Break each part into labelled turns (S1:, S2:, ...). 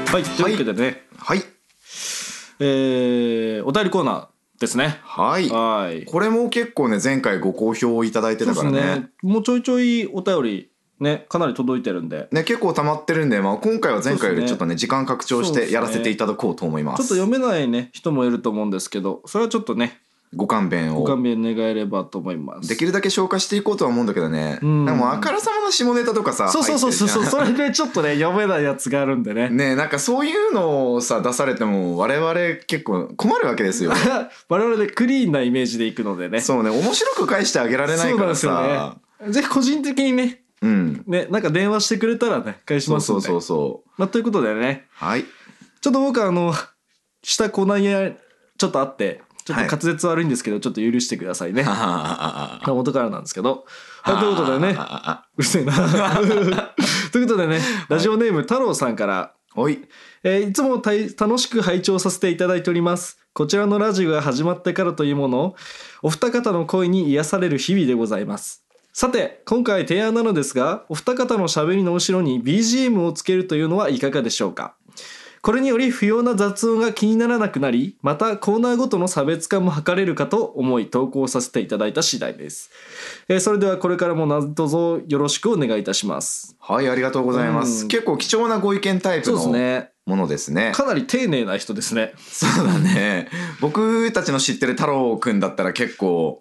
S1: はい、というわけでね、
S2: はい。
S1: お便りコーナーですね。
S2: はい。
S1: はい。
S2: これも結構ね、前回ご好評いただいてたからね。
S1: そうですね。もうちょいちょいお便りね、かなり届いてるんで。
S2: ね、結構溜まってるんで、まあ、今回は前回よりちょっとね、時間拡張してやらせていただこうと思います。
S1: ちょっと読めないね、人もいると思うんですけど、それはちょっとね、
S2: ご勘弁を。
S1: ご勘弁願えればと思います。
S2: できるだけ消化していこうとは思うんだけどね。でも、あからさまな下ネタとかさ、
S1: そう、それでちょっとね、読めないやつがあるんでね。
S2: ね、なんかそういうのをさ、出されても、我々結構困るわけですよ。
S1: 我々でクリーンなイメージでいくのでね。
S2: そうね、面白く返してあげられないからさ。
S1: そうなんですよね。ぜひ個人的にね、ね、なんか電話してくれたらね、返しますんで。
S2: そう。
S1: まあ、ということでね。
S2: はい。
S1: ちょっと僕下コーナーちょっとあって、ちょっと滑舌悪いんですけど、ちょっと許してくださいね。元からなんですけど。ということでね。うるせえな。ということでね、ラジオネーム太郎さんから。いつも楽しく拝聴させていただいております。こちらのラジオが始まってからというもの、お二方の声に癒される日々でございます。さて、今回提案なのですが、お二方の喋りの後ろに BGM をつけるというのはいかがでしょうか。これにより不要な雑音が気にならなくなり、またコーナーごとの差別化も図れるかと思い投稿させていただいた次第です。それではこれからも何卒よろしくお願いいたします。
S2: はい、ありがとうございます。結構貴重なご意見タイプのものですね。
S1: かなり丁寧な人ですね。
S2: そうだね。僕たちの知ってる太郎くんだったら結構。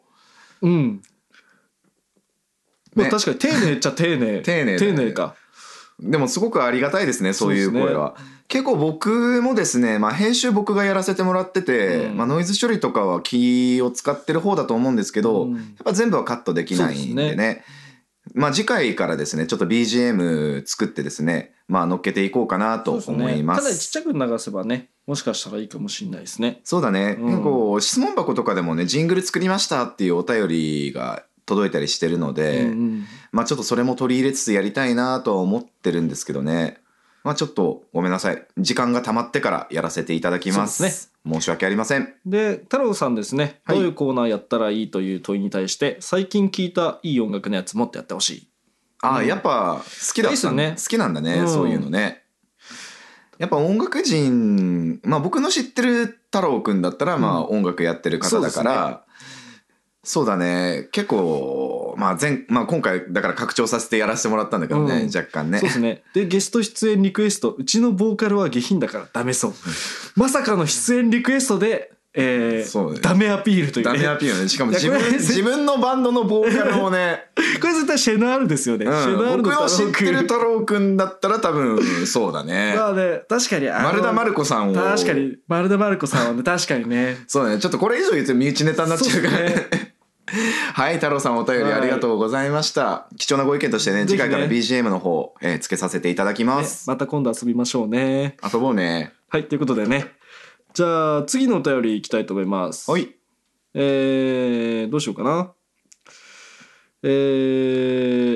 S1: まあ確かに丁寧っちゃ丁寧。丁寧か。
S2: でもすごくありがたいですね、そういう声は。結構僕もですね、まあ編集僕がやらせてもらってて、まあノイズ処理とかは気を使ってる方だと思うんですけど、やっぱ全部はカットできないんでね。まあ次回からですね、ちょっと BGM 作ってですね、まあ乗っけていこうかなと思います。
S1: かなりちっちゃく流せばね、もしかしたらいいかもしれないですね。
S2: そうだね。結構質問箱とかでもね、ジングル作りましたっていうお便りが届いたりしてるので、まあちょっとそれも取り入れつつやりたいなとは思ってるんですけどね。まあちょっとごめんなさい。時間が溜まってからやらせていただきます。申し訳ありません。
S1: で、太郎さんですね、どういうコーナーやったらいいという問いに対して、最近聴いたいい音楽のやつもっとやってほしい。
S2: やっぱ好きだったね。好きなんだね、そういうのね。やっぱ音楽人、まあ僕の知ってる太郎くんだったら、まあ音楽やってる方だから、そうだね。結構、まあ今回だから拡張させてやらせてもらったんだけどね、若干ね。
S1: そうですね。で、ゲスト出演リクエスト、うちのボーカルは下品だからダメそう。まさかの出演リクエストで、ダメアピールというね。
S2: ダメアピールね。しかも自分のバンドのボーカルをね。
S1: これ絶対シェナールですよね。シェナール
S2: 僕の知ってる太郎くんだったら多分そうだね。
S1: まあね、確かに
S2: 丸田丸子さんを。
S1: 確かに、丸田丸子さんはね、確かにね。
S2: そうだね。ちょっとこれ以上言うと身内ネタになっちゃうからね。はい、太郎さんお便りありがとうございました。貴重なご意見としてね、次回から BGM の方、つけさせていただきます。
S1: また今度遊びましょうね。
S2: 遊ぼうね。
S1: はい、ということでね。じゃあ次のお便りいきたいと思います。
S2: はい。
S1: どうしようかな。はい、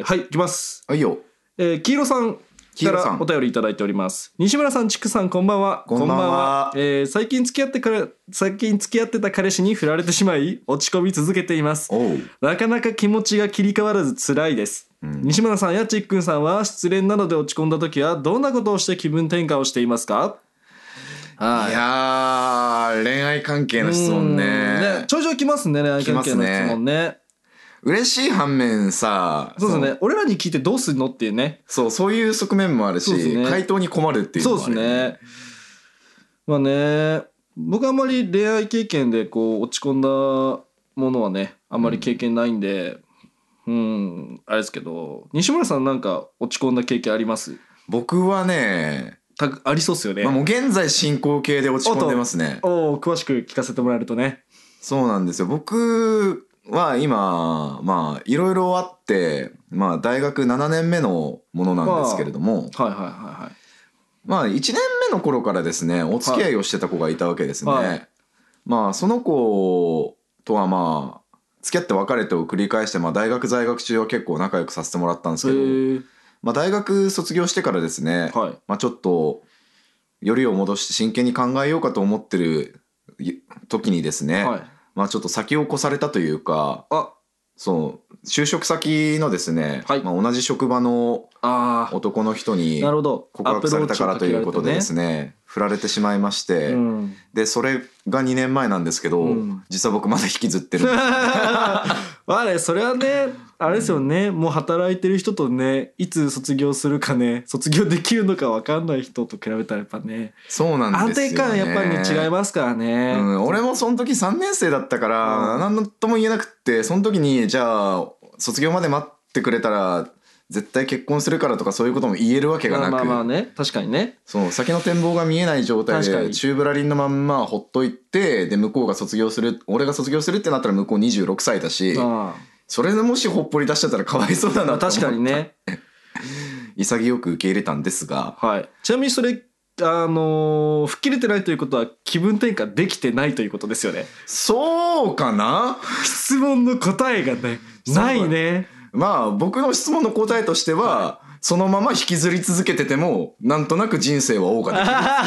S1: いきます。
S2: はいよ。
S1: 黄色さんからお便りいただいております。西村さん、ちくさん、こんばんは。
S2: こんばんは。
S1: 最近付き合ってた彼氏に振られてしまい落ち込み続けています。なかなか気持ちが切り替わらず辛いです。西村さんやちっくんさんは失恋などで落ち込んだ時はどんなことをして気分転換をしていますか？
S2: いやー、恋愛関係の質問ね。
S1: ちょいちょい来ますね、恋愛関係の質問ね。
S2: 嬉しい反面さ、
S1: そうですね、俺らに聞いてどうするのっていうね。
S2: そういう側面もあるし、回答に困るっていうのもある。
S1: そうですね。まあね、僕はあんまり恋愛経験でこう落ち込んだものはね、あんまり経験ないんで、あれですけど、西村さんなんか落ち込んだ経験あります？
S2: 僕はね、
S1: ありそうっすよね。
S2: もう現在進行形で落ち込んでますね。
S1: 詳しく聞かせてもらえるとね。
S2: そうなんですよ。僕は今、まあいろいろあって、まあ大学7年目のものなんですけれども、まあ1年目の頃からですね、お付き合いをしてた子がいたわけですね。まあその子とはまあ付き合って別れてを繰り返して、まあ大学在学中は結構仲良くさせてもらったんですけど、まあ大学卒業してからですね、まあちょっとよりを戻して真剣に考えようかと思ってる時にですね、まあちょっと先を越されたというか、 そう就職先のですね、
S1: はい、
S2: まあ、同じ職場の男の人に告白されたからということでですね、振られてしまいまして、でそれが2年前なんですけど、実は僕まだ引きずってるんです
S1: あれそれはねあれですよね、もう働いてる人とねいつ卒業するかね卒業できるのか分かんない人と比べたらやっぱね
S2: そうなんですよね、
S1: 安定感やっぱりね違いますからね、
S2: 俺もその時3年生だったから何とも言えなくって、その時にじゃあ卒業まで待ってくれたら絶対結婚するからとかそういうことも言えるわけがなく、
S1: まあまあね確かにね、
S2: そう先の展望が見えない状態で宙ぶらりんのまんまほっといて、で向こうが卒業する俺が卒業するってなったら向こう26歳だし、それでもしほっぽり出しちゃったらかわいそうだなと思った、
S1: 確かにね
S2: 潔く受け入れたんですが、
S1: はい、ちなみにそれ吹っ切れてないということは気分転換できてないということですよね。
S2: そうかな、
S1: 質問の答えがねないね。
S2: まあ僕の質問の答えとしては、そのまま引きずり続けててもなんとなく人生は謳歌で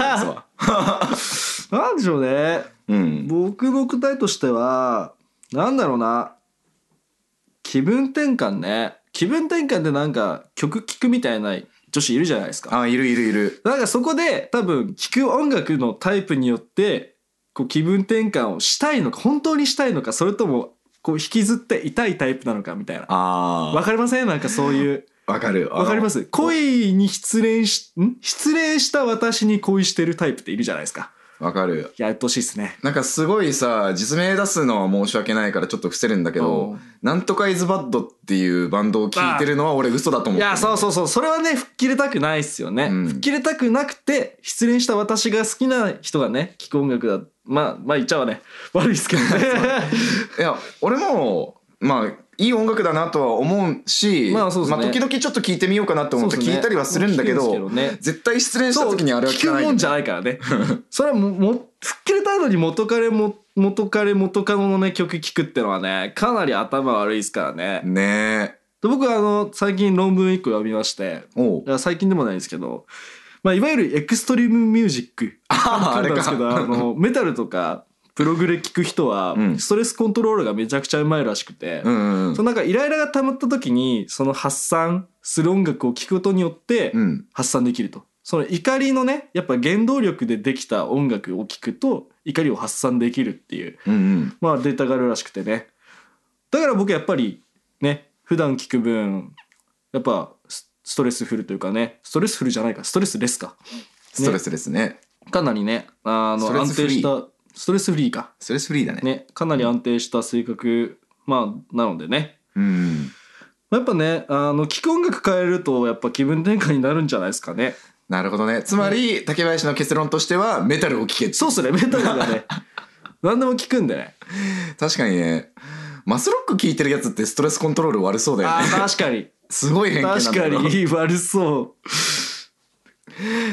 S2: きる
S1: なんでしょうね、僕の答えとしてはなんだろうな、気分転換ね。気分転換でなんか曲聴くみたいな女子いるじゃないですか。
S2: いる。
S1: なんかそこで多分聴く音楽のタイプによってこう気分転換をしたいのか本当にしたいのか、それともこう引きずって痛いタイプなのかみたいな。わかりません？なんかそういう
S2: わかる。
S1: わかります？恋に失恋した私に恋してるタイプっているじゃないですか。
S2: わかる。
S1: やってほしいですね。
S2: なんかすごいさ、実名出すのは申し訳ないからちょっと伏せるんだけど、なんとかイズバッドっていうバンドを聴いてるのは俺嘘だと思ってる。
S1: いやそうそれはね吹っ切れたくないっすよね、吹っ切れたくなくて失恋した私が好きな人がね聴く音楽だ、まあ言っちゃはね悪いっすけどね
S2: いや俺もまあいい音楽だなとは思うし、まあ時々ちょっと聞いてみようかなと思って聞いたりはするんだけど、絶対失恋した時にあれは聞かない。
S1: 聞くもんじゃないからねそれはも吹っ切れたのに元彼カノのね曲聴くってのはねかなり頭悪いですからね。
S2: ねえ。
S1: 僕は最近論文1個読みまして、最近でもないんですけど、まあ、いわゆるエクストリームミュージック
S2: あれか
S1: メタルとかプログレ聴く人はストレスコントロールがめちゃくちゃうまいらしくて、そのなんかイライラが溜まった時にその発散する音楽を聴くことによって発散できると、その怒りのねやっぱ原動力でできた音楽を聴くと怒りを発散できるっていう、まあデータがあるらしくてね、だから僕やっぱりね普段聴く分やっぱストレスフルというかね、ストレスフルじゃないかストレスレスか、
S2: ストレスレスね、か
S1: なりね安定したストレスフリーか。
S2: ストレスフリーだね。
S1: かなり安定した性格、まあなのでね。やっぱね聴く音楽変えるとやっぱ気分転換になるんじゃないですかね。
S2: なるほどね。つまり竹林の結論としてはメタルを聴け。
S1: そうっすね、メタルがね何でも聴くんでね。
S2: 確かにね、マスロック聴いてるやつってストレスコントロール悪そうだよね。
S1: 確かに
S2: すごい偏見なんだけど。
S1: 確かに悪そう。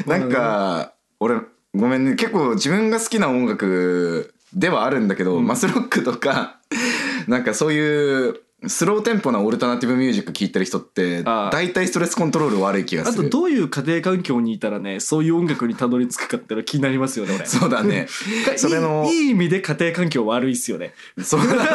S2: なんか俺ごめんね、結構自分が好きな音楽ではあるんだけど、マスロックとかなんかそういうスローテンポなオルタナティブミュージック聴いてる人って大体ストレスコントロール悪い気がする。
S1: あとどういう家庭環境にいたらねそういう音楽にたどり着くかっての気になりますよね俺。
S2: そうだねそれの
S1: いい意味で家庭環境悪いっすよね。
S2: そうだね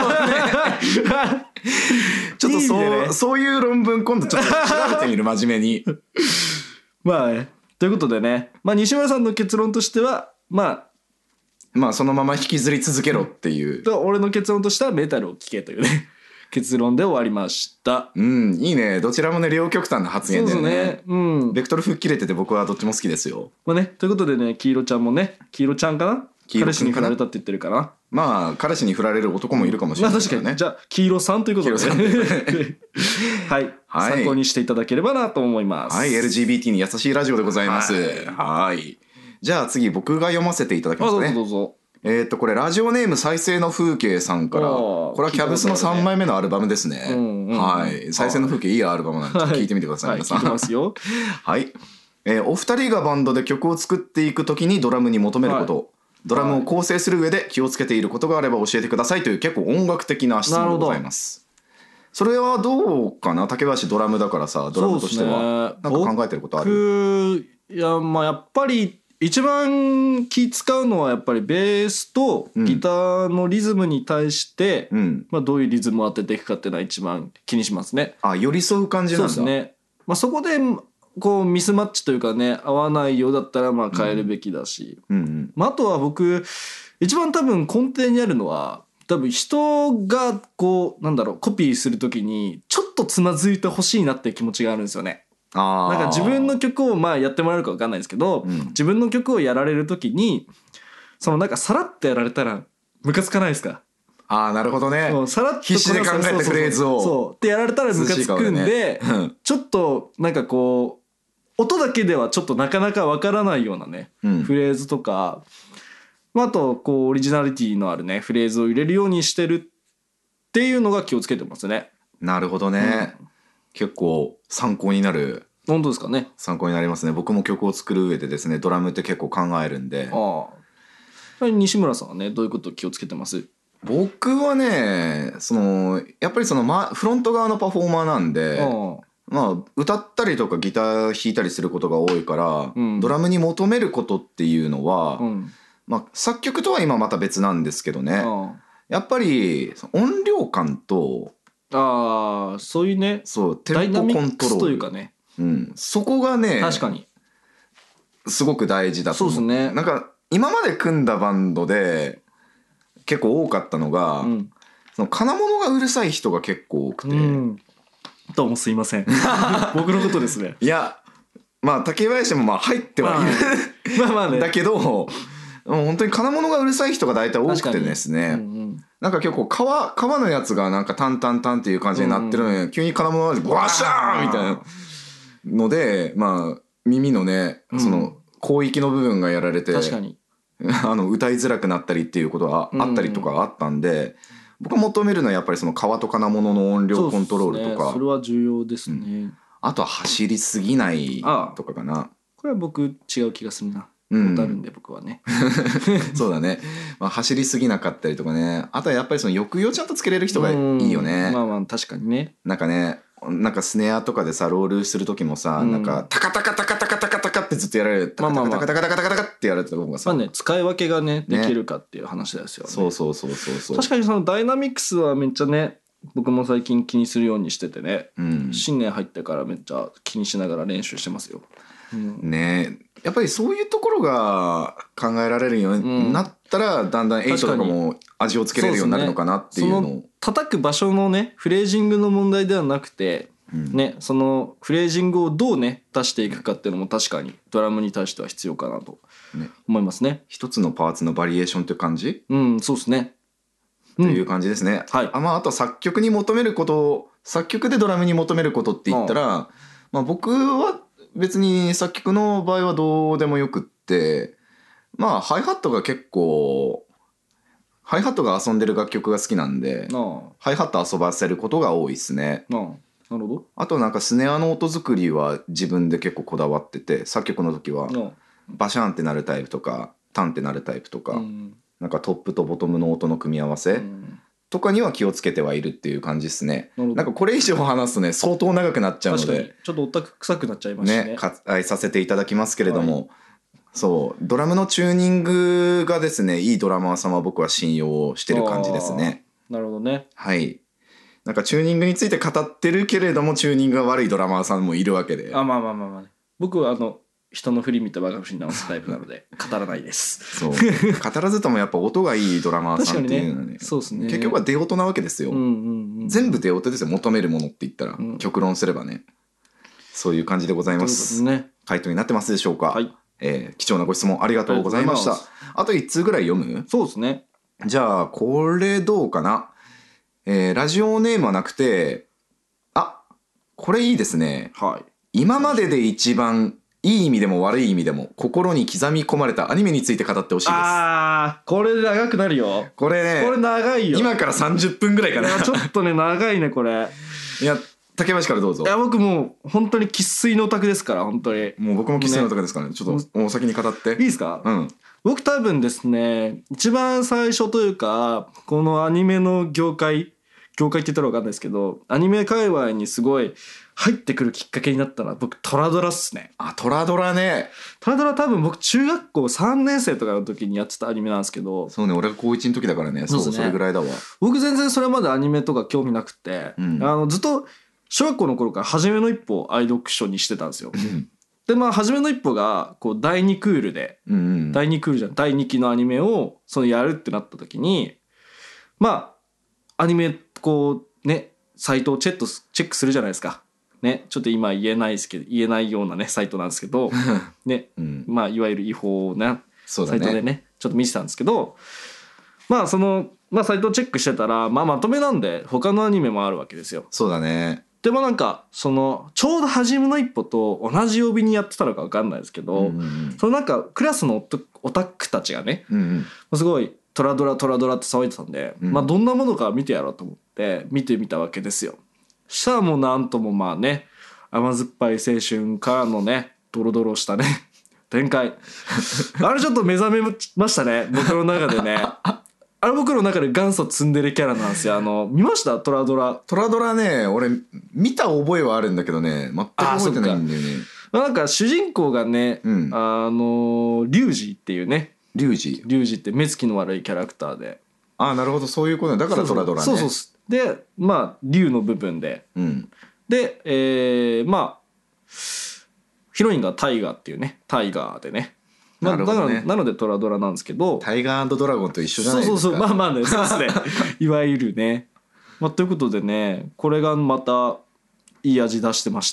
S2: ちょっとそういう論文今度ちょっと調べてみる真面目に
S1: まあねということでね、まあ、西村さんの結論としてはま
S2: あそのまま引きずり続けろっていう、
S1: 俺の結論としてはメタルを聴けというね結論で終わりました。
S2: いいね。どちらもね両極端な発言だよね。
S1: そうね。
S2: ベクトル吹っ切れてて僕はどっちも好きですよ。
S1: まあねということでね黄色ちゃんもね黄色ちゃんかな彼氏に振られたって言ってるかな。
S2: まあ彼氏に振られる男もいるかもしれない、ね。
S1: まあ確かに。じゃあ黄色さんということでねはい、参考にしていただければなと思います。
S2: はい、LGBT に優しいラジオでございます。はい。じゃあ次僕が読ませていただきますね。
S1: どうぞ。
S2: これラジオネーム再生の風景さんから、これはキャブスの3枚目のアルバムですね。はい。再生の風景いいアルバムなんで聞いてみてください。皆さん。
S1: 聞いてますよ。
S2: はい。お二人がバンドで曲を作っていくときにドラムに求めること、ドラムを構成する上で気をつけていることがあれば教えてくださいという結構音楽的な質問でございます。それはどうかな。竹林ドラムだからさ、ドラムとしてはなんか考えてることある？
S1: いやまあやっぱり一番気使うのはやっぱりベースとギターのリズムに対して、まあ、どういうリズムを当てていくかっていうのは一番気にしますね。
S2: 寄り添う感じなんだ。
S1: そうですね。まあ、そこでこうミスマッチというかね合わないようだったらまあ変えるべきだし、まあ、あとは僕一番多分根底にあるのは多分人がこうなんだろうコピーするときにちょっとつまずいてほしいなっていう気持ちがあるんですよね。なんか自分の曲をまあやってもらえるか分かんないですけど、自分の曲をやられるときにそのなんかさらってやられたらムカつかないですか？
S2: なるほどね。
S1: さらっと
S2: 必死で考えたフレーズを
S1: そうってやられたらムカつくんで、ちょっとなんかこう音だけではちょっとなかなか分からないようなね、フレーズとか、あとこうオリジナリティのあるねフレーズを入れるようにしてるっていうのが気をつけてますね。
S2: なるほどね、結構参考になる。
S1: 本当ですかね。
S2: 参考になりますね。僕も曲を作る上でですねドラムって結構考えるんで。
S1: 西村さんはねどういうことを気をつけてます？
S2: 僕はねやっぱりフロント側のパフォーマーなんで、まあ歌ったりとかギター弾いたりすることが多いから、ドラムに求めることっていうのは、まあ、作曲とは今また別なんですけどね、やっぱり音量感と
S1: そういうね
S2: テンポコントロール
S1: というかね、
S2: そこがね
S1: 確かに
S2: すごく大事だと思う。
S1: そうですね。
S2: なんか今まで組んだバンドで結構多かったのが、その金物がうるさい人が結構多くて、
S1: どうもすいません僕のことですね。
S2: いやまあ竹林もまあ入ってはいるまあねだけどもう本当に金物がうるさい人が大体多くてですね、なんか結構革のやつがなんかタンタンタンっていう感じになってるのに、急に金物がバシャーンみたいなので、まあ耳のねその広域の部分がやられて、
S1: 確かに
S2: 歌いづらくなったりっていうことがあったりとかあったんで、僕が求めるのはやっぱりその革と金物の音量コントロールとか、
S1: それは重要ですね。
S2: あとは走りすぎないとかかな。
S1: これは僕違う気がするな。ことあるんで僕はね
S2: そうだね、まあ、走りすぎなかったりとかね。あとはやっぱりその抑揚ちゃんとつけれる人がいいよね。
S1: まあまあ確かにね。
S2: なんかねなんかスネアとかでさロールする時もさ、なんかタカタカタカタカタカタカってずっとやられる、タカタカタカタカタカタカタカってやられてた方がさ、
S1: まあね使い分けがねできるかっていう話ですよね。
S2: そう
S1: 確かにそのダイナミックスはめっちゃね僕も最近気にするようにしててね、新年入ってからめっちゃ気にしながら練習してますよ。
S2: ねえやっぱりそういうところが考えられるようになったら、だんだんエイトとかも味をつけれるようになるのかなっていうのを、
S1: その叩く場所のねフレージングの問題ではなくて、ね、そのフレージングをどうね出していくかっていうのも確かにドラムに対しては必要かなと思いますね。
S2: 一つのパーツのバリエーションという感じ、
S1: そうですね
S2: という感じですね。あと作曲に求めること、作曲でドラムに求めることって言ったら、まあ、僕は別に作曲の場合はどうでもよくって、まあハイハットが結構ハイハットが遊んでる楽曲が好きなんで、ハイハット遊ばせることが多いですね。
S1: なるほど。
S2: あとなんかスネアの音作りは自分で結構こだわってて、作曲の時はバシャンってなるタイプとかタンってなるタイプとか、なんかトップとボトムの音の組み合わせとかには気をつけてはいるっていう感じですね。なんかこれ以上話すとね相当長くなっちゃうので、
S1: ちょっとオタク臭くなっちゃいましたね。
S2: 割愛させていただきますけれども、そうドラムのチューニングがですねいいドラマー様は僕は信用してる感じですね。
S1: なるほどね。
S2: はい。なんかチューニングについて語ってるけれどもチューニングが悪いドラマーさんもいるわけで、
S1: まあ僕は人の振り見て我が節に直すタイプなので語らないです。
S2: そう語らずともやっぱ音がいいドラマーさんっていうのはね、
S1: そうですね、
S2: 結局は出音なわけですよ、全部出音ですよ。求めるものって言ったら、極論すればねそういう感じでございます。回答になってますでしょうか。貴重なご質問ありがとうございました。あと1通ぐらい読む？
S1: そうですね。
S2: じゃあこれどうかな。ラジオネームはなくて、これいいですね。今までで一番いい意味でも悪い意味でも心に刻み込まれたアニメについて語ってほしいです。
S1: これ長くなるよ。
S2: これね、
S1: これ長いよ。
S2: 今から30分ぐらいかな。
S1: ちょっとね長いねこれ。
S2: いや竹林からどうぞ。
S1: 僕もう本当に生粋のオタクですから。本当に
S2: もう僕も生粋のオタクですからね。ちょっとお先に語って。いい
S1: ですか？僕多分ですね一番最初というかこのアニメの業界って言ったら分かんないですけど、アニメ界隈にすごい入ってくるきっかけになったのは僕トラドラっすね。
S2: トラドラね。
S1: トラドラ多分僕中学校3年生とかの時にやってたアニメなんですけど。
S2: そうね、俺が高1の時だからね。そう、それぐらいだわ。
S1: 僕全然それまでアニメとか興味なくて、ずっと小学校の頃から初めの一歩を愛読書にしてたんですよ。で初めの一歩がこう第2クールで、第2クールじゃん、第2期のアニメをやるってなった時に、アニメこうねサイトをチェックするじゃないですか。ね、ちょっと今言えないようなねサイトなんですけどね、いわゆる違法なサイトでねちょっと見てたんですけど、そのサイトをチェックしてたらまとめなんで他のアニメもあるわけですよ。
S2: そうだね。
S1: でもちょうど初めの一歩と同じ曜日にやってたのか分かんないですけど、そのクラスのオタクたちがね、すごいトラドラって騒いでたんで、どんなものか見てやろうと思って見てみたわけですよ。したらもうなんとも甘酸っぱい青春からのねドロドロしたね展開あれちょっと目覚めましたね僕の中でね。あれ僕の中で元祖ツンデレキャラなんですよ。見ましたトラドラ。
S2: トラドラね、俺見た覚えはあるんだけどね、全く覚えてないんだよね。
S1: 主人公がね、リュウジっていうね、リュウジって目つきの悪いキャラクターで。
S2: なるほど、そういうことだからトラドラね。
S1: そうで竜の部分で、でヒロインがタイガーっていうね、タイガーでね。なのでトラドラなんですけど、
S2: タイガー&ドラゴンと一緒じゃないですか。
S1: そうね、そうですねいわゆるね、ということでね、これがまたいい味出してまして、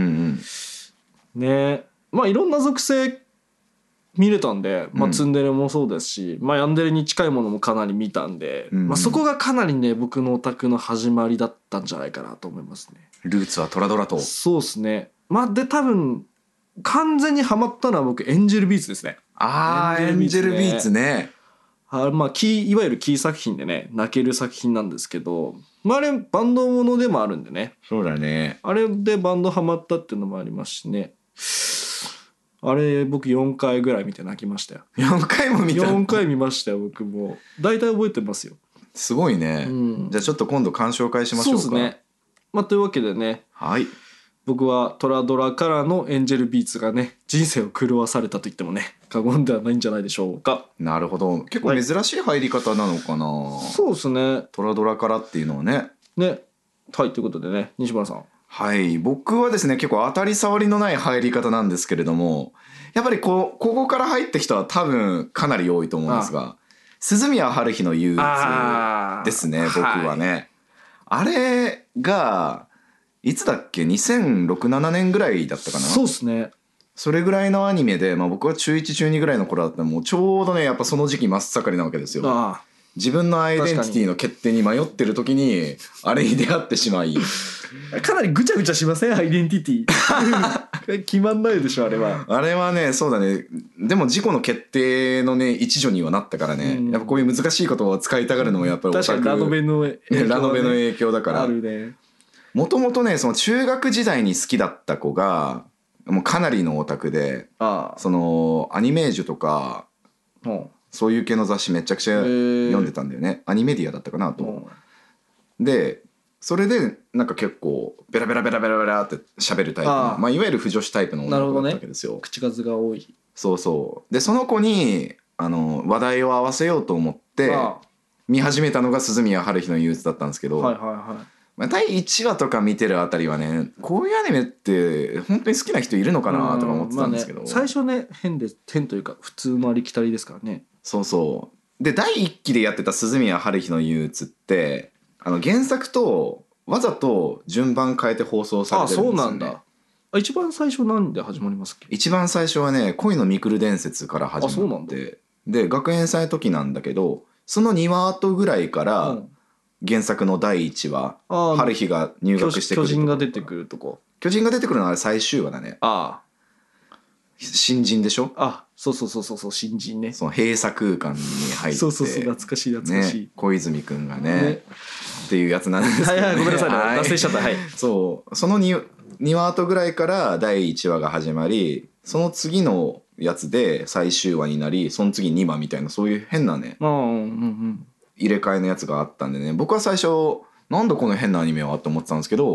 S1: ね、いろんな属性見れたんで、ツンデレもそうですし、ヤンデレに近いものもかなり見たんで、そこがかなりね僕のオタクの始まりだったんじゃないかなと思いますね。
S2: ルーツはトラドラと。
S1: そうですね。で多分完全にハマったのは僕エンジェルビーツですね。
S2: エンジェルビーツね。
S1: いわゆるキー作品でね泣ける作品なんですけど、あれバンドものでもあるんでね。
S2: そうだね。
S1: あれでバンドハマったっていうのもありますしね。あれ僕4回ぐらい見て泣きましたよ。
S2: 4回も見た。
S1: 4回見ましたよ僕も。大体覚えてますよ。
S2: すごいね。じゃあちょっと今度鑑賞会しましょうか。
S1: そうですね。というわけでね。
S2: はい。
S1: 僕はトラドラからのエンジェルビーツがね人生を狂わされたと言ってもね過言ではないんじゃないでしょうか。
S2: なるほど。結構珍しい入り方なのかな。
S1: そうですね。
S2: トラドラからっていうのはね。
S1: はい、ということでね、西村さん。
S2: はい、僕はですね結構当たり障りのない入り方なんですけれども、やっぱりここから入ってきたは多分かなり多いと思うんですが、涼宮ハルヒの憂鬱ですね。僕はね、あれがいつだっけ、2006、7年ぐらいだったかな。
S1: そうですね。
S2: それぐらいのアニメで、僕は中1中2ぐらいの頃だったらもうちょうどねやっぱその時期真っ盛りなわけですよ。自分のアイデンティティの決定に迷ってる時にあれに出会ってしまい
S1: かなりぐちゃぐちゃしません？アイデンティティ決まんないでしょあれは。
S2: あれはね、そうだね。でも自己の決定のね一助にはなったからね、やっぱこういう難しい言葉を使いたがるのもやっぱりオタク、
S1: 確かにラノベの
S2: 影響だから。
S1: あるね。
S2: もともとねその中学時代に好きだった子がもうかなりのオタクで、そのアニメージュとかそういう系の雑誌めちゃくちゃ読んでたんだよね。アニメディアだったかなと。でそれでなんか結構ベラベラって喋るタイプの、いわゆる腐女子タイプの女の子だったわけですよ。
S1: 口数が多い。
S2: そうでその子に話題を合わせようと思って見始めたのが涼宮ハルヒの憂鬱だったんですけど、第1話とか見てるあたりはね、こういうアニメって本当に好きな人いるのかなとか思ってたんですけど、
S1: 最初ね変というか普通のありきたりですからね。
S2: そうで第1期でやってた涼宮ハルヒの憂鬱って原作とわざと順番変えて放送されてるんですよね。
S1: そうなんだ。一番最初何で始まりますっけ？
S2: 一番最初はね恋のミクル伝説から始まって、で学園祭の時なんだけど、その2話後ぐらいから原作の第1話、ハルヒが入学してくる
S1: 巨人が出てくるとこ。
S2: 巨人が出てくるのはあれ最終話だね。新人でしょ。
S1: そう新人ね。
S2: その閉鎖空間に入って
S1: そう懐かしい、
S2: ね、小泉くんがねっていうやつなんですけどね。
S1: ごめんなさい、脱線しちゃった。
S2: その2話後ぐらいから第1話が始まり、その次のやつで最終話になり、その次2話みたいな、そういう変なね、入れ替えのやつがあったんでね、僕は最初なんだこの変なアニメはと思ってたんですけど、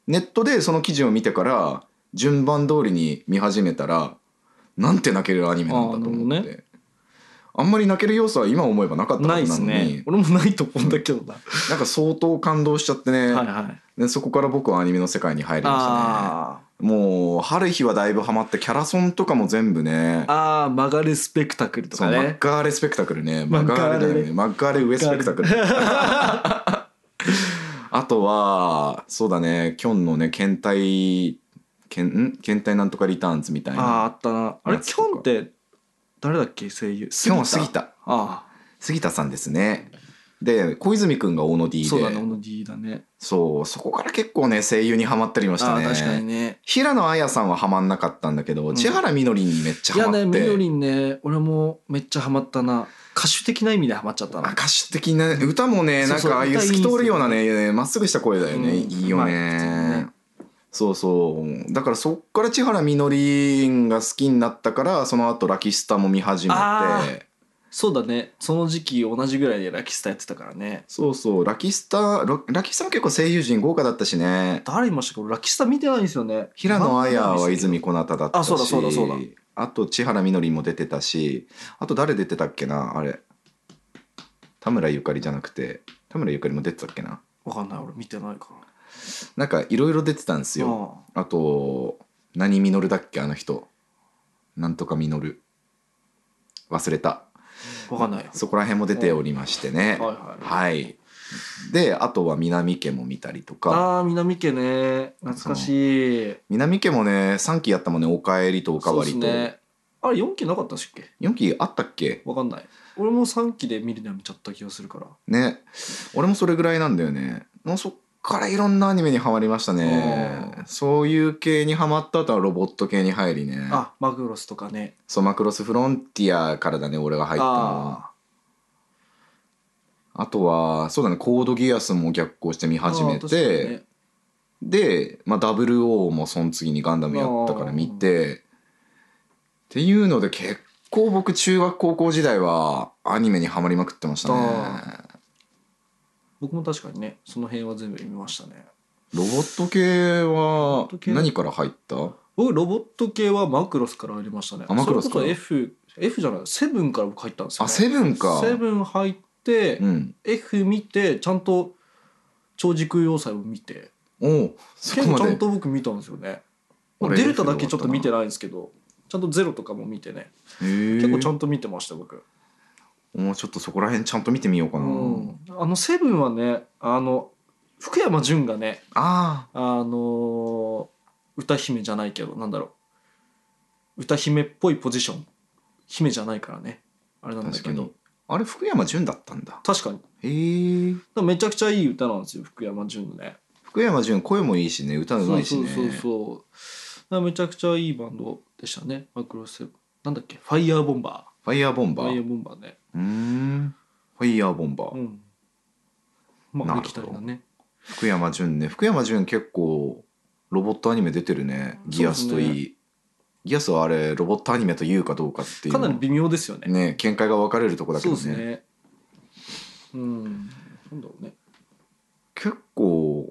S2: ネットでその記事を見てから順番通りに見始めたらなんて泣けるアニメなんだと思って、あんまり泣ける要素は今思えばなかったはずなのに。
S1: ないですね。俺もないと思うんだけどな。
S2: なんか相当感動しちゃってね。
S1: はいはい。
S2: でそこから僕はアニメの世界に入りましたね。もう春日はだいぶハマってキャラソンとかも全部ね。
S1: マガレスペクタクルとかね。
S2: そうマッガーレスペクタクルね。マッガーレだよね。マッガーレウエスペクタクル。あとはそうだね。キョンのね検体なんとかリターンズみたいな。
S1: あったな。あれキョンって誰だっけ声優。
S2: キョンは杉田。杉田さんですね。で小泉くんが大野 D で。
S1: そうだね、大野 D だね。
S2: そこから結構ね声優にハマったりましたね。
S1: 確かにね。
S2: 平野綾さんはハマんなかったんだけど、千原みのりんにめっちゃハマって。
S1: いやね、みのりんね、俺もめっちゃハマったな。歌手的な意味でハマっちゃったな。
S2: 歌手的な歌もね、なんかああいう透き通るようなね、まっすぐした声だよね。いいよね。そうだからそっから千原みのりんが好きになったから、その後ラキスタも見始めて。
S1: そうだね、その時期同じぐらいでラキスタやってたからね。
S2: ラキスタも結構声優陣豪華だったしね。
S1: 誰いましたか？ラキスタ見てないんですよね。
S2: 平野綾は泉小太だったし、
S1: そうだ
S2: あと千原みのりも出てたし、あと誰出てたっけな、あれ田村ゆかりじゃなくて、田村ゆかりも出てたっけな、
S1: わかんない、俺見てないから。
S2: なんかいろいろ出てたんですよ。あと何みのるだっけ、あの人なんとかみのる、忘れた。
S1: わかんない。
S2: そこら辺も出ておりましてね。はい。であとは南家も見たりとか。
S1: 南家ね、懐かしい。
S2: 南家もね3期やったもんね。おかえりとおかわりと。あれ
S1: 4期なかったっけ
S2: ？4期あったっけ？
S1: わかんない。俺も3期で見るのやめちゃった気がするから
S2: ね。俺もそれぐらいなんだよね。そっからいろんなアニメにハマりましたね。そういう系にハマった後はロボット系に入りね。
S1: マクロスとかね。
S2: そう、マクロスフロンティアからだね、俺が入ったのは。あとはそうだね、コードギアスも逆行して見始めて、で、WO もその次にガンダムやったから見てっていうので、結構僕中学高校時代はアニメにハマりまくってましたね。
S1: 僕も確かにね、その辺は全部見ましたね。
S2: ロボット系は何から入った？
S1: 僕ロボット系はマクロスから入りましたね。
S2: マクロスから。
S1: それこそ F じゃない、セブンから僕入ったんですよね。
S2: セブンか。
S1: セブン入って、F 見てちゃんと超時空要塞を見て、結構ちゃんと僕見たんですよね。デルタだけちょっと見てないんですけど、ちゃんとゼロとかも見てね、結構ちゃんと見てました僕。
S2: もうちょっとそこら辺ちゃんと見てみようかな。
S1: セブンはね、福山潤がね、歌姫じゃないけど、なんだろう、歌姫っぽいポジション、姫じゃないからね、あれなんだけど。
S2: あれ福山潤だったんだ。
S1: 確かに。めちゃくちゃいい歌なんですよ、福山潤のね。
S2: 福山潤声もいいしね、歌うまいしね。
S1: そうめちゃくちゃいいバンドでしたね。マクロスなんだっけ、ファイヤーボンバー。
S2: ファイヤーボンバーね。ファイヤーボンバー。
S1: あきたりだね。
S2: 福山潤ね。福山潤結構ロボットアニメ出てるね。ギアスといい。ギアスはあれロボットアニメというかどうかっていう
S1: かなり微妙ですよね。
S2: ね、見解が分かれるとこだけどね。
S1: そうですね。なんだろうね。
S2: 結構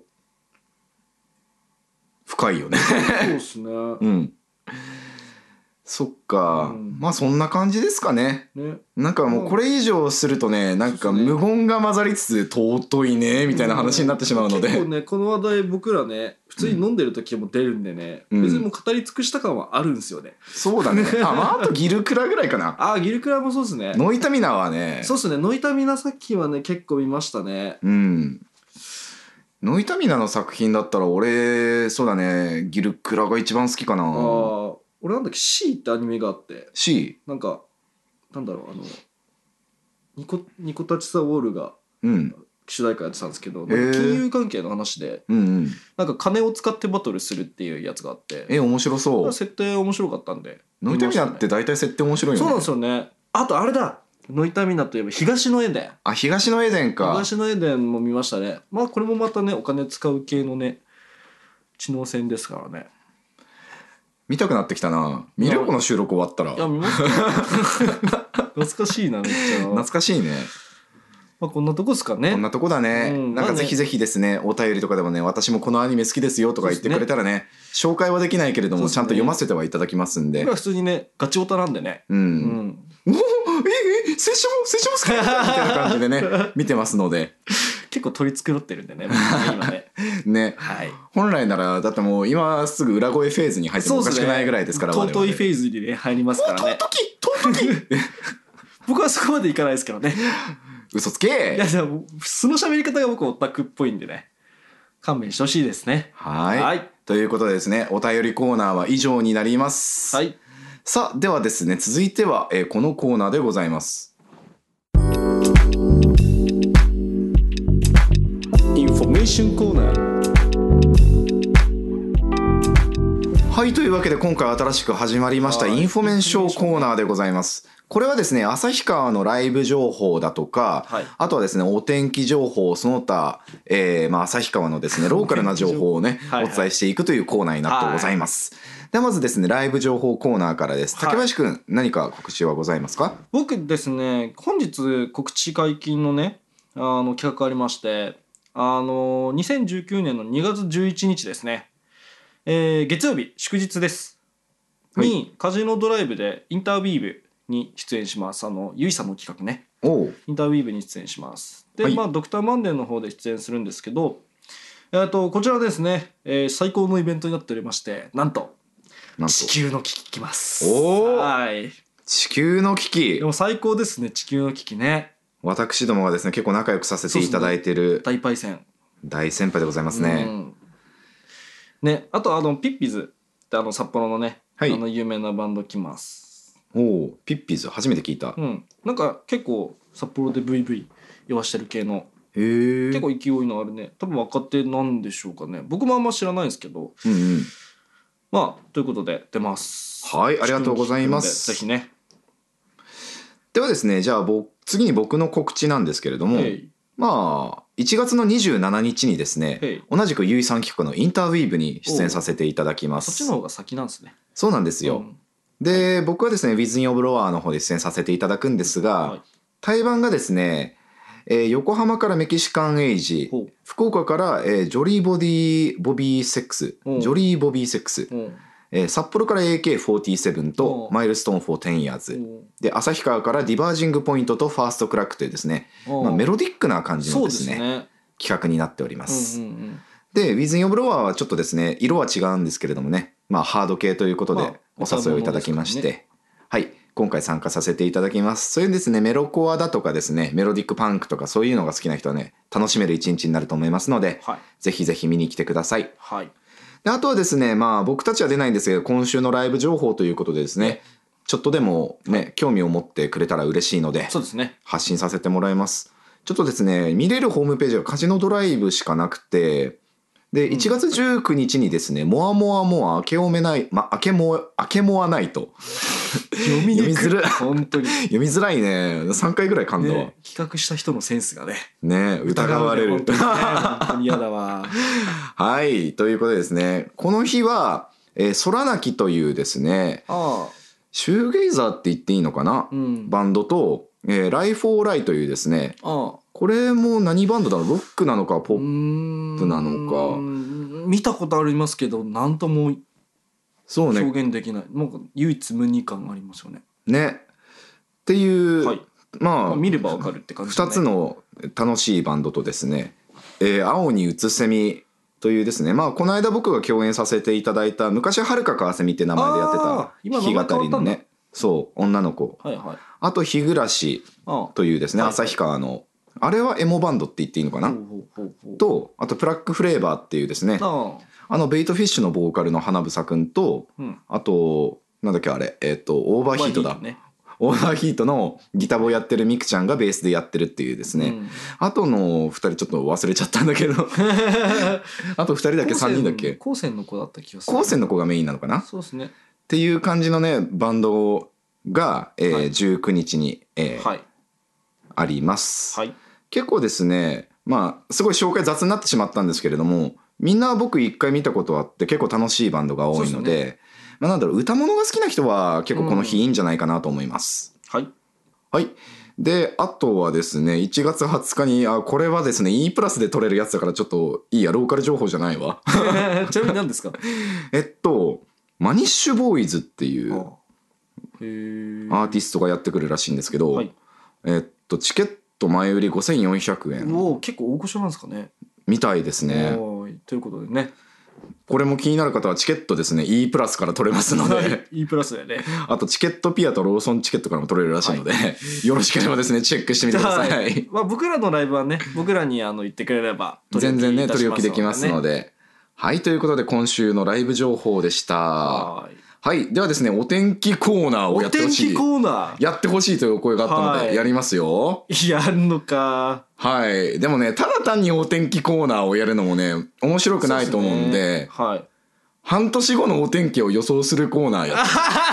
S2: 深いよね。
S1: そうですね。
S2: そっか、そんな感じですかね。なんかもうこれ以上するとね、なんか無言が混ざりつつ尊いねみたいな話になってしまうので、
S1: 結構ねこの話題僕らね普通に飲んでる時も出るんでね、別にもう語り尽くした感はあるんですよね。
S2: そうだね。あとギルクラぐらいかな。
S1: ギルクラもそうですね。
S2: ノイタミナはね、
S1: そうですね。ノイタミナさっきはね結構見ましたね。
S2: ノイタミナの作品だったら俺そうだね、ギルクラが一番好きかな。
S1: 俺なんだっけ C ってアニメがあって、
S2: C
S1: なんかなんだろう、ニコタチサウォールが主題歌やってたんですけど、金融関係の話で、なんか金を使ってバトルするっていうやつがあって、
S2: 面白そう。
S1: 設定面白かったんで。
S2: ノイタミナって大体設定面白いよね。
S1: そうなんですよね。あとあれだ、ノイタミナといえば東のエデン。
S2: 東のエデンか。
S1: 東のエデンも見ましたね。これもまたねお金使う系のね知能戦ですからね。
S2: 見たくなってきたな。見るこの収録終わったら。
S1: 見ますか。懐かしいな、めっちゃ。
S2: 懐かしいね。
S1: まあこんなとこですかね。
S2: こんなとこだね。なんかぜひぜひですね、お便りとかでもね、私もこのアニメ好きですよとか言ってくれたらね、紹介はできないけれども、ちゃんと読ませてはいただきますんで。
S1: これは普通にね、ガチオタなんでね。
S2: お拙者も好きみたいな感じでね、見てますので。
S1: 結構取り繕ってるんでね、今ね。
S2: ね。
S1: はい。
S2: 本来なら、だってもう今すぐ裏声フェーズに入ってもおかしくないぐらいですから、
S1: 尊いフェーズにね、入りますからね。
S2: 尊き
S1: 僕はそこまでいかないですけどね。
S2: 嘘つけ。
S1: いや、でもその喋り方が僕オタクっぽいんでね、勘弁してほしいですね。
S2: はい。ということでですね、お便りコーナーは以上になります。
S1: はい。
S2: さあ、ではですね、続いては、このコーナーでございます。
S1: インフォメーションコーナー。
S2: はい、というわけで今回新しく始まりましたインフォメーションコーナーでございます。これはですね、旭川のライブ情報だとか、はい、あとはですね、お天気情報、その他、旭川のですね、ローカルな情報をね、お伝えしていくというコーナーになってございます。ではまずですね、ライブ情報コーナーからです。竹林くん、何か告知はございますか？
S1: 僕ですね、本日告知解禁のね、企画ありまして、2019年の2月11日ですね、月曜日祝日です、はい、にカジノドライブでインターウィーブに出演します。ゆいさんの企画ね、インターウィーブに出演します。で、はい、ドクターマンデーの方で出演するんですけど、こちらですね、最高のイベントになっておりまして、なんと地球の危機来ます。
S2: はい、地球の危機。
S1: でも最高ですね、地球の危機ね。
S2: 私どもがですね、結構仲良くさせていただいてる、
S1: 大パイセン
S2: 大先輩でございますね。
S1: ね、あとピッピズって札幌のね、はい、有名なバンド来ます。
S2: おピッピズ初めて聞いた。
S1: なんか結構札幌で VV 言わしてる系の、結構勢いのあるね、多分若手なんでしょうかね。僕もあんま知らないんですけど、まあということで出ます。
S2: はい、ありがとうございます。
S1: ぜひね。
S2: ではですね、じゃあ次に僕の告知なんですけれども、まあ1月の27日にですね、同じくゆいさん企画のインターウィーブに出演させていただきます。
S1: そっちの方が先なんですね。
S2: そうなんですよ。で、僕はですね、With In Of Roar の方で出演させていただくんですが、対バンがですね、横浜からメキシカンエイジ、福岡から、ジョリーボビーセックス、札幌から AK47 とマイルストーン4 10 years で、旭川からディバージングポイントとファーストクラックというですね、メロディックな感じのですね、企画になっております。で With In Of Roar はちょっとですね、色は違うんですけれどもね、ハード系ということでお誘いをいただきまして、はい、今回参加させていただきます。そういうですね、メロコアだとかですね、メロディックパンクとかそういうのが好きな人はね、楽しめる一日になると思いますので、ぜひぜひ見に来てください。であとはですね、僕たちは出ないんですけど、今週のライブ情報ということでですね、ちょっとでもね、興味を持ってくれたら嬉しいので、発信させてもらいます。ちょっとですね、見れるホームページはカジノドライブしかなくて、で1月19日にですね、モアモアモア明けおめない明けモアナイト
S1: 読みづらい、本当に
S2: 読みづらいね。3回ぐらい噛んだわ、
S1: 企画した人のセンスがね
S2: 疑われる。
S1: 本当に嫌だわ。
S2: はい、ということでですね、この日は、空なきというですね、シューゲイザーって言っていいのかな、バンドと、ライフ・オー・ライというですね、これも何バンドだろう、ロックなのかポップなのか、
S1: 見たことありますけど何とも表現できない、なんか唯一無二感がありますよね。
S2: っていう、
S1: 見ればわかるって感じですね。
S2: 2つの楽しいバンドとですね、青にうつせみというですね、この間僕が共演させていただいた昔はるかかあせみって名前でやってた弾き語りのね、そう女の子、あと日暮らしというですね、旭川のあれはエモバンドって言っていいのかな、とあとプラックフレーバーっていうですね、ベイトフィッシュのボーカルの花房くんと、あとなんだっけあれ、オーバーヒートだ、オーバーヒートのギターをやってるミクちゃんがベースでやってるっていうですね、あとの2人ちょっと忘れちゃったんだけどあと2人だっけ3人だっけ、
S1: 高専の子だった気がする。
S2: 高専の子がメインなのかな、
S1: そうですね
S2: っていう感じのねバンドが、19日に、あります、結構ですね、すごい紹介雑になってしまったんですけれども、みんな僕一回見たことあって結構楽しいバンドが多いので、なんだろう、歌物が好きな人は結構この日いいんじゃないかなと思います。はい。 であとはですね1月20日にこれはですね E プラスで撮れるやつだからちょっといいやローカル情報じゃないわ
S1: ちなみに何ですか？
S2: マニッシュボーイズっていうアーティストがやってくるらしいんですけど、はい、チケット前売り5400円。
S1: お結構大御所なんですかね。
S2: みたいですね。
S1: ということでね、
S2: これも気になる方はチケットですね E プラスから取れますので、はい、
S1: E プラスだよね。
S2: あとチケットピアとローソンチケットからも取れるらしいので、はい、よろしければですねチェックしてみてください。はい、
S1: まあ、僕らのライブはね僕らに言ってくれれば
S2: 全然ね取り置きできますので、はいということで今週のライブ情報でした。はい、ではですねお天気コーナーをやってほしい、やってほしいというお声があったのでやりますよ。
S1: やるのか。
S2: はい、でもねただ単にお天気コーナーをやるのもね面白くないと思うんで、はい、半年後のお天気を予想するコーナーやって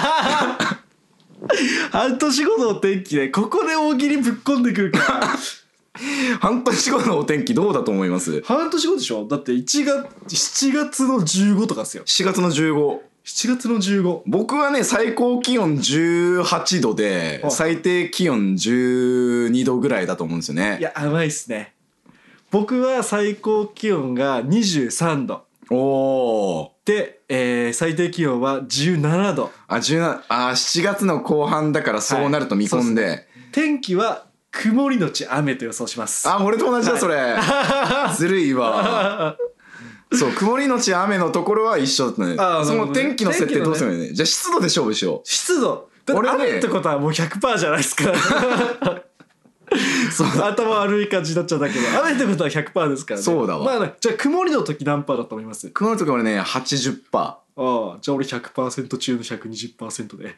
S1: 半年後のお天気ね、ここで大喜利ぶっ込んでくるから
S2: 半年後のお天気どうだと思います？
S1: 半年後でしょ。だって7月の15とかですよ。
S2: 7月の15。
S1: 7月の15。
S2: 僕はね最高気温18度で最低気温12度ぐらいだと思うんですよね。
S1: いや甘いっすね。僕は最高気温が23度。おで、最低気温は17度。
S2: 7月の後半だからそうなると見込んで、はい、
S1: 天気は曇りのち雨と予想します。
S2: 俺と同じだそれ、はい、ずるいわそう曇りのち雨のところは一緒だったね。その天気の設定どうするのね。じゃあ湿度で勝負しよう。
S1: 湿度だって雨ってことはもう 100% じゃないですかそう頭悪い感じになっちゃうだけど雨ってことは 100% ですからね。
S2: そうだわ。
S1: まあじゃあ曇りの時何パーだと思います？
S2: 曇りの時はね 80%。
S1: じゃあ俺 100% 中の 120% で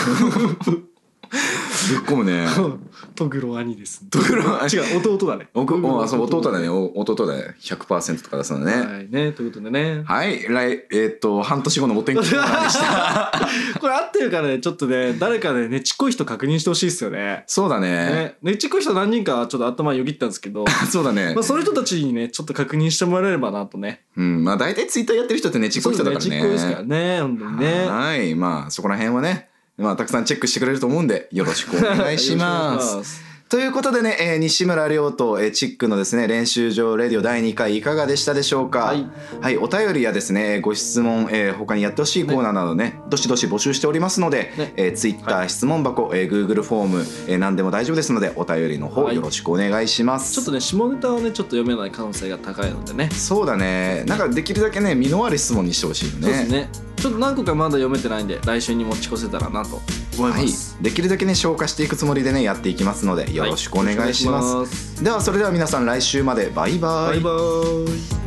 S2: ぶっ込むね
S1: トグロ兄です、ね、
S2: トグロ
S1: 兄違う弟だね。
S2: そう弟だね。弟だね 100% とかですのね。
S1: はいねということでね。
S2: はい半年後のお天気コーナーでした
S1: これ合ってるからねちょっとね誰かねちっこい人確認してほしいですよね。
S2: そうだね。
S1: ねちっこい人何人かちょっと頭よぎったんですけど
S2: そうだね。
S1: まあその人たちにねちょっと確認してもらえればなとね。
S2: まあ大体ツイッターやってる人ってねちっこい人だからね。
S1: ちっこいですからね本当にね。
S2: はいまあそこら辺はねたくさんチェックしてくれると思うんでよろしくお願いしますということでね、西村亮と、チックのですね練習場レディオ第2回いかがでしたでしょうか。はい、お便りやですねご質問、他にやってほしいコーナーなどねどしどし募集しておりますので、ツイッター質問箱、Google フォーム、何でも大丈夫ですのでお便りの方よろしくお願いします。
S1: ちょっとね下ネタはねちょっと読めない可能性が高いのでね。
S2: そうだねなんかできるだけね身のある質問にしてほしいよね。
S1: そうですねちょっと何個かまだ読めてないんで来週に持ち越せたらなと思います。
S2: はい、できるだけね消化していくつもりでねやっていきますのでよろしくお願いします。ではそれでは皆さん来週までバイバイ。
S1: バイバイ。